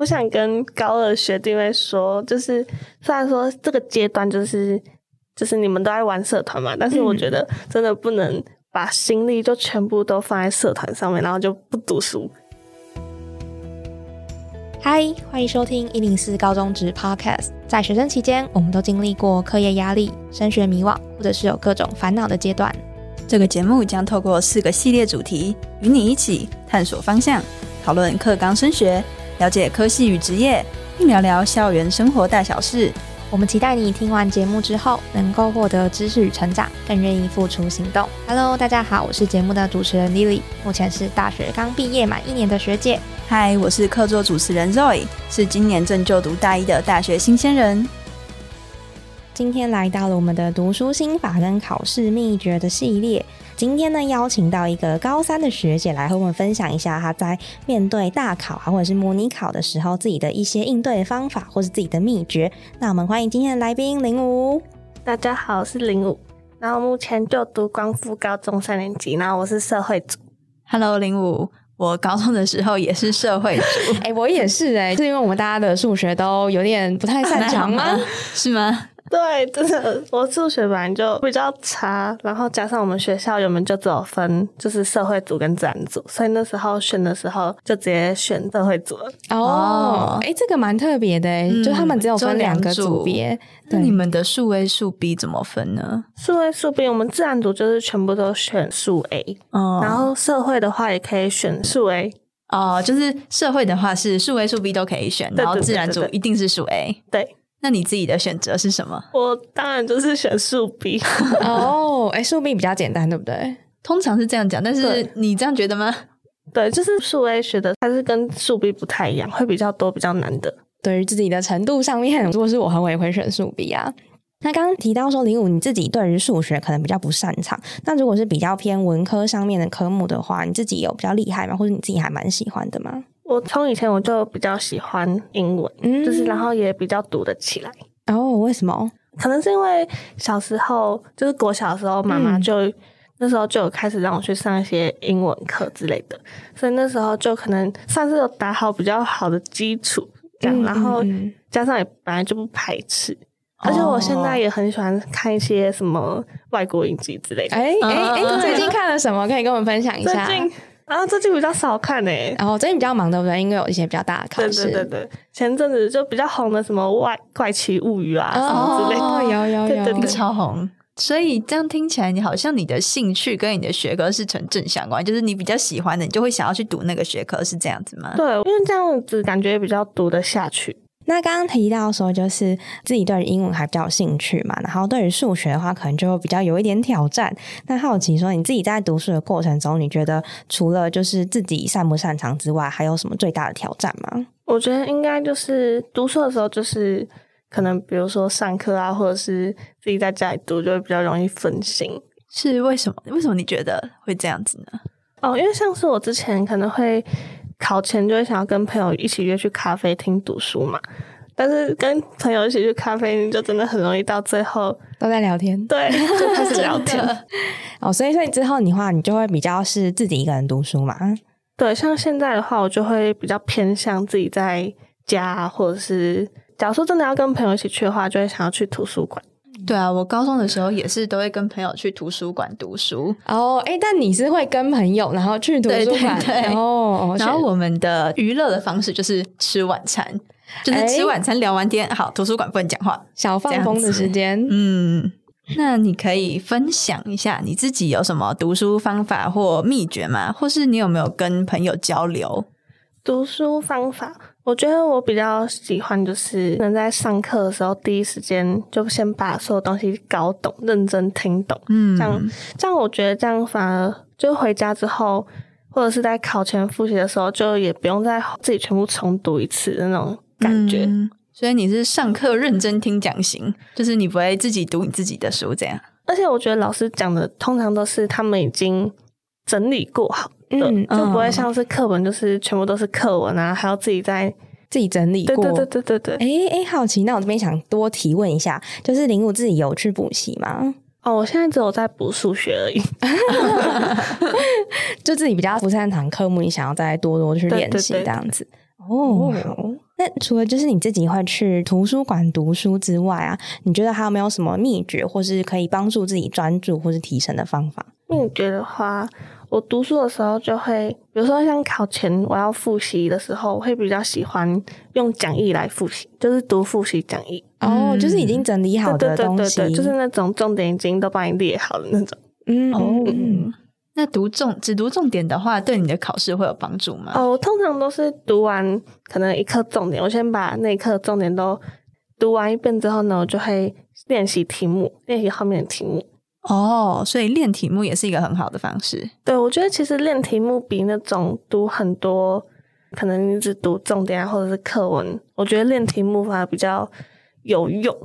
我想跟高二学弟妹说，就是虽然说这个阶段就是你们都在玩社团嘛，但是我觉得真的不能把心力就全部都放在社团上面，然后就不读书。 嗨，欢迎收听104高中职 Podcast。 在学生期间，我们都经历过课业压力、升学迷惘，或者是有各种烦恼的阶段。 这个节目将透过4个系列主题，与你一起探索方向，讨论课纲升学，了解科系与职业，并聊聊校园生活大小事。 我们期待你听完节目之后，能够获得知识与成长，更愿意付出行动。Hello， 大家好，我是节目的主持人 Lily， 目前是大学刚毕业满1年的学姐。 嗨，我是客座主持人 Zoe， 是今年正就读大1的大学新鲜人。 今天来到了我们的读书心法跟考试秘诀的系列。今天呢，邀请到一个高3的学姐来和我们分享一下她在面对大考或者是模拟考的时候自己的一些应对的方法或是自己的秘诀。那我们欢迎今天的来宾05。 大家好，我是05，然后目前就读光复高中3年级，然后我是社会组。 Hello 05，我高中的时候也是社会组。 我也是是因为我们大家的数学都有点不太擅长吗？ 是吗？ 对，真的，我数学本来就比较差，然后加上我们学校原本就只有分就是社会组跟自然组，所以那时候选的时候就直接选社会组了。 这个蛮特别的就他们只有分2个组别。 那你们的数 A 数 B 怎么分呢？ 数 A 数 B 我们自然组就是全部都选数 A，然后社会的话也可以选数 A。 就是社会的话是数 A 数 B 都可以选，然后自然组一定是数 A。 对。 那你自己的选择是什么？ 我当然就是选数 B。 数 B 比较简单对不对？ 通常是这样讲，但是你这样觉得吗？ 对，就是数 A 学的它是跟数 B 不太一样，会比较多比较难的。 对于自己的程度上面，如果是我也会选数 B 啊。那刚刚提到说05你自己对于数学可能比较不擅长，那如果是比较偏文科上面的科目的话，你自己有比较厉害吗？或者你自己还蛮喜欢的吗？ 我从以前我就比较喜欢英文，就是然后也比较读得起来。 为什么？ 可能是因为小时候就是国小的时候妈妈就那时候就有开始让我去上一些英文课之类的，所以那时候就可能算是有打好比较好的基础这样，然后加上也本来就不排斥，而且我现在也很喜欢看一些什么外国影集之类的。 最近看了什么可以跟我们分享一下？ 最近比较少看最近比较忙对不对？因为有一些比较大的考试。 对，前阵子就比较红的什么怪奇物语啊什么之类的。 有对， 超红。所以这样听起来你好像你的兴趣跟你的学科是成正相关，就是你比较喜欢的你就会想要去读那个学科，是这样子吗？ 对，因为这样子感觉比较读得下去。 那刚刚提到说就是自己对于英文还比较有兴趣嘛，然后对于数学的话可能就比较有一点挑战。那好奇说你自己在读书的过程中，你觉得除了就是自己擅不擅长之外，还有什么最大的挑战吗？ 我觉得应该就是读书的时候，就是可能比如说上课啊，或者是自己在家里读就会比较容易分心。 是为什么？为什么你觉得会这样子呢？ 因为像是我之前可能会考前就会想要跟朋友一起约去咖啡厅读书嘛，但是跟朋友一起去咖啡厅就真的很容易到最后都在聊天。 对，就开始聊天。 所以之后你就会比较是自己一个人读书嘛？ 对，像现在的话我就会比较偏向自己在家，或者是假如说真的要跟朋友一起去的话，就会想要去图书馆。 对啊，我高中的时候也是都会跟朋友去图书馆读书。 但你是会跟朋友然后去图书馆？ 对。然后我们的娱乐的方式就是吃晚餐，就是吃晚餐聊完天，好，图书馆不能讲话， 小放风的时间。 那你可以分享一下你自己有什么读书方法或秘诀吗？或是你有没有跟朋友交流？ 读书方法，我觉得我比较喜欢就是能在上课的时候第一时间就先把所有东西搞懂，认真听懂。这样我觉得这样反而就回家之后，或者是在考前复习的时候，就也不用再自己全部重读一次的那种感觉。 所以你是上课认真听讲型，就是你不会自己读你自己的书这样。 而且我觉得老师讲的通常都是他们已经整理过好的，就不会像是课本就是全部都是课文啊，还要自己整理过。 对。好奇，那我这边想多提问一下，就是05自己有去补习吗？ 我现在只有在补数学而已。 就自己比较不擅长科目，你想要再多去练习这样子。好。那那除了就是你自己会去图书馆读书之外啊，你觉得还有没有什么秘诀或是可以帮助自己专注或是提升的方法？ 秘诀的话，我读书的时候就会，比如说像考前我要复习的时候，我会比较喜欢用讲义来复习，就是读复习讲义。 就是已经整理好的东西， 对，就是那种重点已经都帮你列好的那种。 那只读重点的话，对你的考试会有帮助吗？ 我通常都是读完可能一课重点，我先把那一课重点都读完一遍之后呢，我就会练习题目，练习后面的题目。 所以练题目也是一个很好的方式。 对，我觉得其实练题目比那种读很多，可能你只读重点或者是课文，我觉得练题目反而比较有用。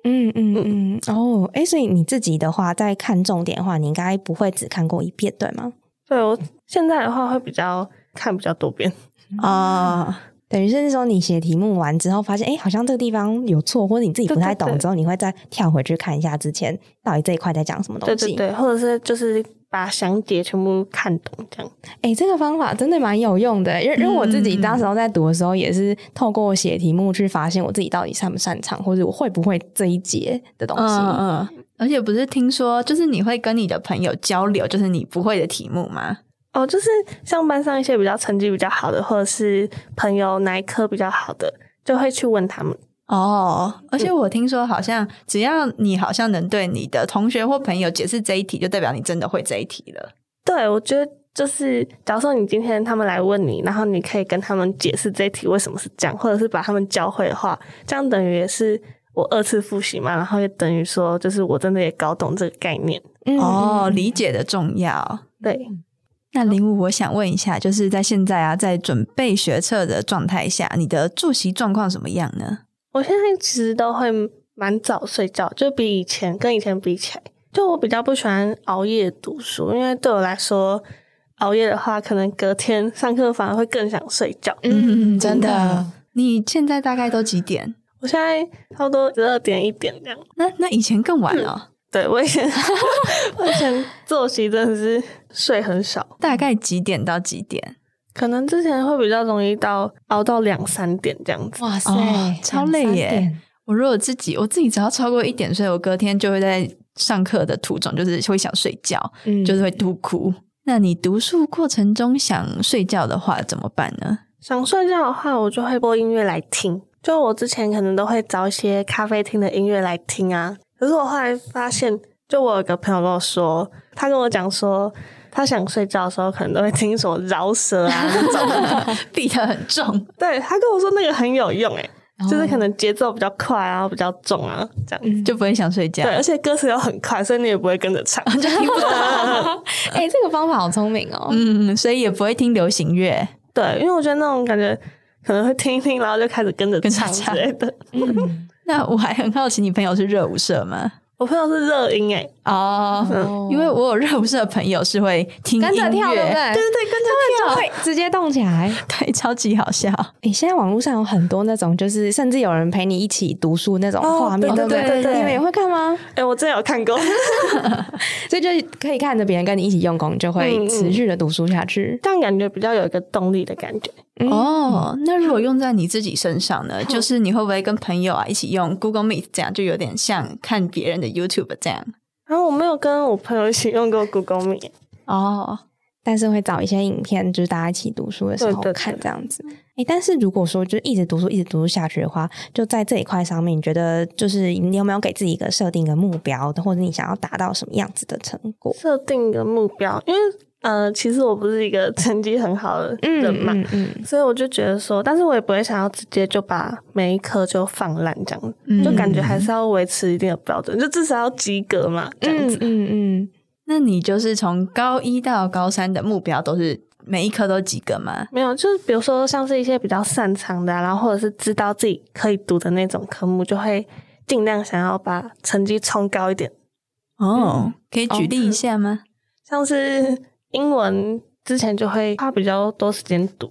所以你自己的话，在看重点的话，你应该不会只看过一遍，对吗？ 对，我现在的话会看比较多遍等于是说你写题目完之后发现好像这个地方有错，或者你自己不太懂之后，你会再跳回去看一下之前到底这一块在讲什么东西。 对，或者是就是把详节全部看懂这样。 这个方法真的蛮有用的，因为我自己当时候在读的时候也是透过写题目去发现我自己到底擅不擅长，或者我会不会这一节的东西。 而且不是听说就是你会跟你的朋友交流就是你不会的题目吗？ 就是像班上一些比较成绩比较好的，或者是朋友哪一科比较好的，就会去问他们。 而且我听说好像只要你好像能对你的同学或朋友解释这一题，就代表你真的会这一题了。 对，我觉得就是假如说你今天他们来问你，然后你可以跟他们解释这一题为什么是这样，或者是把他们教会的话，这样等于也是我2次复习嘛，然后也等于说就是我真的也搞懂这个概念。 理解的重要。 对。 那05，我想问一下，就是在现在在准备学测的状态下，你的作息状况怎么样呢？ 我现在其实都会蛮早睡觉，就跟以前比起来，就我比较不喜欢熬夜读书，因为对我来说，熬夜的话，可能隔天上课反而会更想睡觉。 真的。 你现在大概都几点？ 我现在差不多12点1点这样。 那以前更晚了。 对，我以前作息真的是睡很少。 大概几点到几点？ 可能之前会比较容易熬到2、3点这样子。 哇塞， 超累耶！我如果我自己只要超过1点睡，我隔天就会在上课的途中就是会想睡觉，就是会吐哭。那你读书过程中想睡觉的话怎么办呢？ 想睡觉的话，我就会播音乐来听。就我之前可能都会找一些咖啡厅的音乐来听啊。可是我后来发现，就我有个朋友跟我说，他跟我讲说，他想睡觉的时候可能都会听什么饶舌啊那种比得很重。 对，他跟我说那个很有用就是可能节奏比较快啊，比较重啊，这样就不会想睡觉。 对，而且歌词又很快，所以你也不会跟着唱，就听不懂。 这个方法好聪明哦。 所以也不会听流行乐。 对，因为我觉得那种感觉可能会听一听，然后就开始跟着唱之类的。 那我还很好奇，你朋友是热舞社吗？ 我朋友是热音因为我有热舞社的朋友是会听音乐， 跟着跳，对不对？ 对，跟着跳， 会直接动起来， 对，超级好笑。 现在网络上有很多那种，就是甚至有人陪你一起读书那种画面，对不对？你们也会看吗？ 我真的有看过， 所以就可以看着别人跟你一起用功，就会持续的读书下去， 这样感觉比较有一个动力的感觉。 那如果用在你自己身上呢？就是你会不会跟朋友一起用 Google Meet， 这样就有点像看别人的 YouTube 这样？ 然后我没有跟我朋友一起用过 Google Meet。 但是会找一些影片，就是大家一起读书的时候看这样子。但是如果说就一直读书下去的话，就在这一块上面，你觉得就是你有没有给自己一个设定一个目标，或者你想要达到什么样子的成果？ 设定一个目标，因为其实我不是一个成绩很好的人嘛，所以我就觉得说，但是我也不会想要直接就把每一科就放烂这样，就感觉还是要维持一定的标准，就至少要及格嘛，这样子。 那你就是从高1到高3的目标都是每一科都及格吗？ 没有，就是比如说像是一些比较擅长的然后或者是知道自己可以读的那种科目，就会尽量想要把成绩冲高一点。 可以举例一下吗？ 像是英文之前就会花比较多时间读，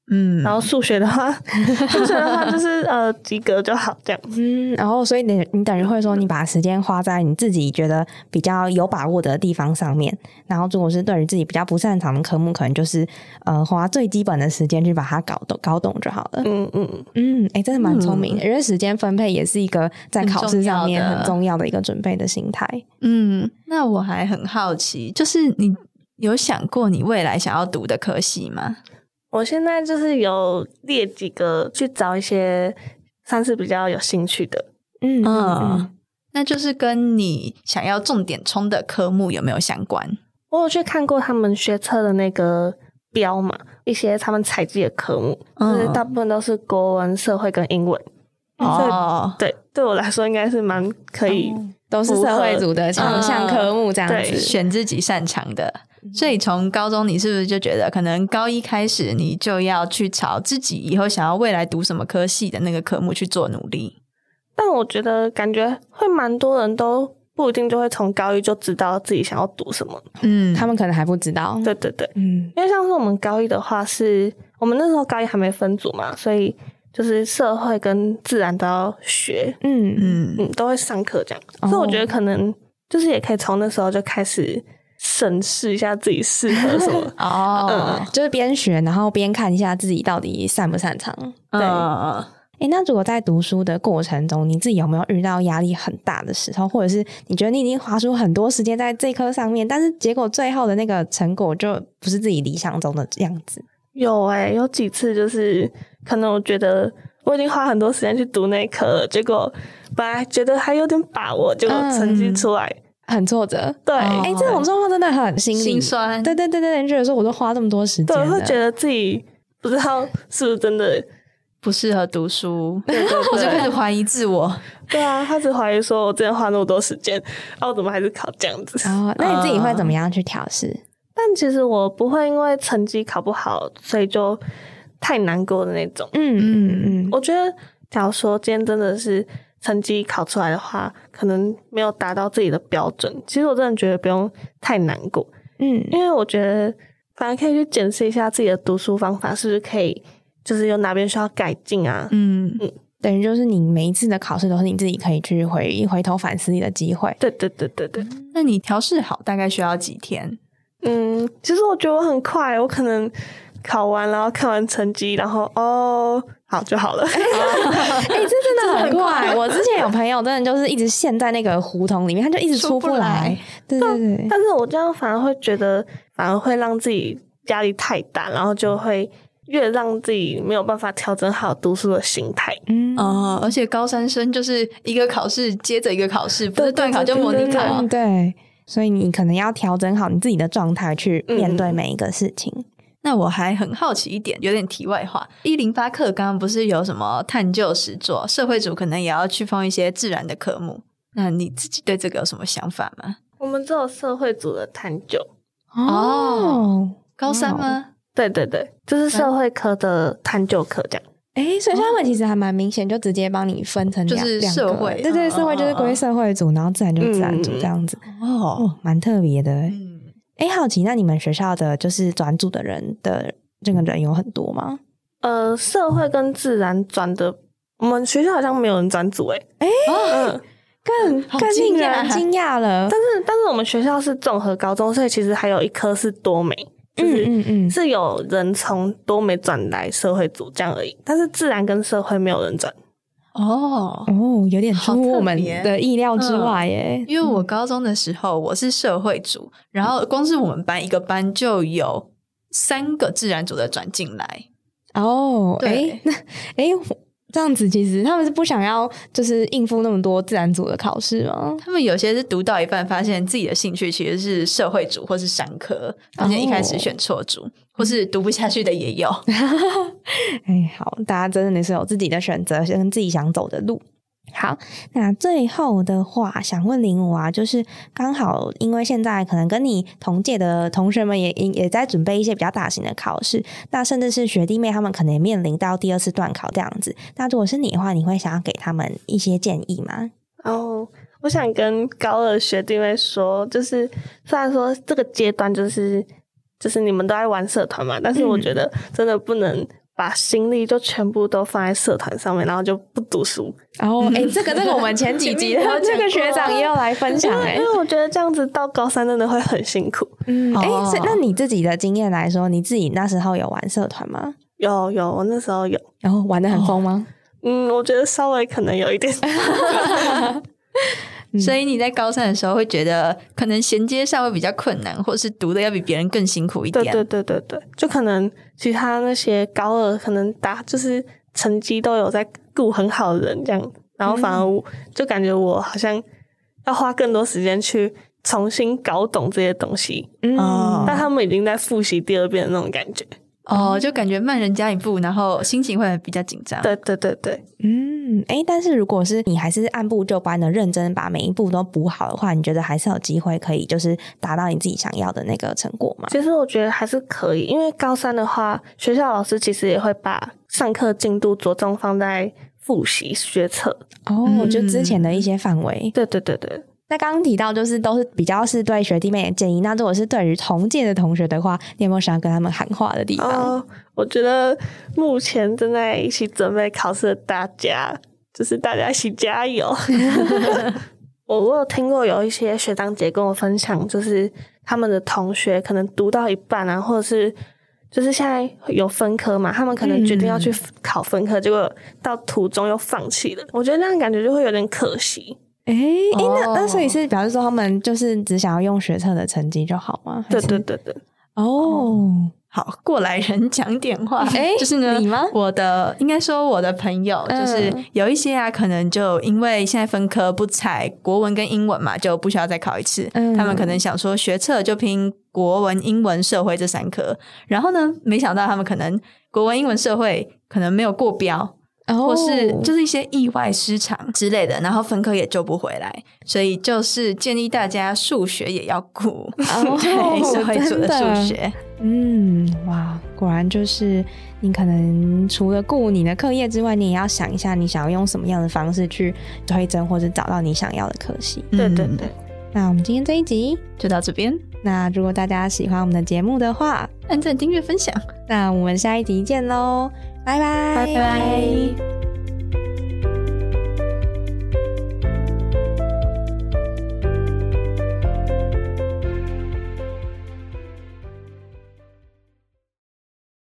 然后数学的话就是及格就好这样。 然后所以你等于会说你把时间花在你自己觉得比较有把握的地方上面，然后如果是对于自己比较不擅长的科目，可能就是花最基本的时间去把它搞懂就好了。真的蛮聪明的，因为时间分配也是一个在考试上面很重要的一个准备的心态。 那我还很好奇，就是你有想过你未来想要读的科系吗？ 我现在就是有列几个去找一些算是比较有兴趣的。 那就是跟你想要重点冲的科目有没有相关？ 我有去看过他们学测的那个标嘛，一些他们采集的科目，就是大部分都是国文、社会跟英文。对我来说应该是蛮可以， 都是社会组的强项科目这样子， 选自己擅长的。所以从高中你是不是就觉得可能高一开始你就要去朝自己以后想要未来读什么科系的那个科目去做努力？ 但我觉得感觉会蛮多人都不一定就会从高一就知道自己想要读什么。 他们可能还不知道。 对，因为像是我们高一的话是我们那时候高一还没分组嘛，所以就是社会跟自然都要学。都会上课这样。所以我觉得可能就是也可以从那时候就开始审视一下自己适合什么。 就是边学然后边看一下自己到底擅不擅长。对。那如果在读书的过程中你自己有没有遇到压力很大的时候，或者是你觉得你已经花出很多时间在这科上面，但是结果最后的那个成果就不是自己理想中的样子？ 有几次就是可能我觉得我已经花很多时间去读那一科了，结果本来觉得还有点把握，结果成绩出来很挫折。 对， 这种状况真的很心酸。 对，觉得说我都花这么多时间了， 对，会觉得自己不知道是不是真的不适合读书，我就开始怀疑自我。 对啊，开始怀疑说我之前花那么多时间，我怎么还是考这样子？ 那你自己会怎么样去调试？ 但其实我不会因为成绩考不好所以就太难过的那种。我觉得假如说今天真的是成绩考出来的话，可能没有达到自己的标准，其实我真的觉得不用太难过。因为我觉得反而可以去检视一下自己的读书方法是不是可以就是有哪边需要改进啊。 等于就是你每一次的考试都是你自己可以去回头反思你的机会。 对。 那你调试好大概需要几天？ 其实我觉得我很快，我可能考完然后看完成绩然后好就好了。 这真的很快。我之前有朋友真的就是一直陷在那个胡同里面，他就一直出不来。对。 但是我这样反而会觉得反而会让自己压力太大，然后就会越让自己没有办法调整好读书的心态。 而且高三生就是一个考试接着一个考试，不是段考就模拟考。 对，所以你可能要调整好你自己的状态去面对每一个事情。 那我还很好奇一点，有点题外话，108课刚刚不是有什么探究实作，社会组可能也要去碰一些自然的科目，那你自己对这个有什么想法吗？ 我们只有社会组的探究。 高三吗？ 对，就是社会科的探究课这样。 所以他们其实还蛮明显，就直接帮你分成就是社会。 对，社会就是归社会组，然后自然就自然组这样子。蛮特别的。好奇，那你们学校的就是转组的人的这个人有很多吗？ 社会跟自然转的，我们学校好像没有人转组。 更令人惊讶了。 但是我们学校是综合高中，所以其实还有一科是多美，就是是有人从多美转来社会组这样而已，但是自然跟社会没有人转。 有点出乎我们的意料之外耶。 因为我高中的时候我是社会组，然后光是我们班一个班就有3个自然组的转进来。 这样子其实他们是不想要就是应付那么多自然组的考试吗？ 他们有些是读到一半发现自己的兴趣其实是社会组或是商科，发现一开始选错组，或是读不下去的也有。 好，大家真的是有自己的选择跟自己想走的路。好，那最后的话想问05啊，就是刚好因为现在可能跟你同届的同学们也在准备一些比较大型的考试，那甚至是学弟妹他们可能也面临到第2次段考这样子，那如果是你的话，你会想要给他们一些建议吗？ 我想跟高2学弟妹说，就是虽然说这个阶段就是你们都在玩社团嘛，但是我觉得真的不能把心力就全部都放在社团上面，然后就不读书。 这个我们前几集这个学长也要来分享因为我觉得这样子到高三真的会很辛苦。 所以那你自己的经验来说，你自己那时候有玩社团吗？ 有，我那时候有。 然后玩得很疯吗？ 我觉得稍微可能有一点。 所以你在高三的时候会觉得可能衔接上会比较困难，或是读的要比别人更辛苦一点。 对，就可能其他那些高二可能就是成绩都有在顾很好的人这样，然后反而我就感觉我好像要花更多时间去重新搞懂这些东西。但他们已经在复习第2遍的那种感觉。 就感觉慢人家一步，然后心情会比较紧张。 对。 但是如果是你还是按部就班的认真把每一步都补好的话，你觉得还是有机会可以就是达到你自己想要的那个成果吗？ 其实我觉得还是可以，因为高三的话，学校老师其实也会把上课进度着重放在复习学测。 就之前的一些范围。 对。 那刚刚提到就是都是比较是对学弟妹的建议，那如果是对于同届的同学的话，你有没有想要跟他们喊话的地方？ 我觉得目前正在一起准备考试的大家，就是大家一起加油。我有听过有一些学长姐跟我分享，就是他们的同学可能读到一半啊，或者是就是现在有分科嘛，他们可能决定要去考分科，结果到途中又放弃了。我觉得那样感觉就会有点可惜。 那所以是表示说他们就是只想要用学测的成绩就好吗？ 对。 好，过来人讲点话。就是呢， 你吗？ 应该说我的朋友，就是有一些啊，可能就因为现在分科不采国文跟英文嘛，就不需要再考一次。他们可能想说学测就拼国文、英文、社会这3科，然后呢，没想到他们可能国文、英文、社会可能没有过标。或是就是一些意外失常之类的，然后分科也救不回来，所以就是建议大家数学也要顾。对，社会组的数学。 哇，果然就是你可能除了顾你的课业之外，你也要想一下你想要用什么样的方式去推甄或者找到你想要的科系。 对。 那我们今天这一集就到这边。 那如果大家喜欢我们的节目的话， 按赞、订阅、分享。 那我们下一集见咯，拜拜。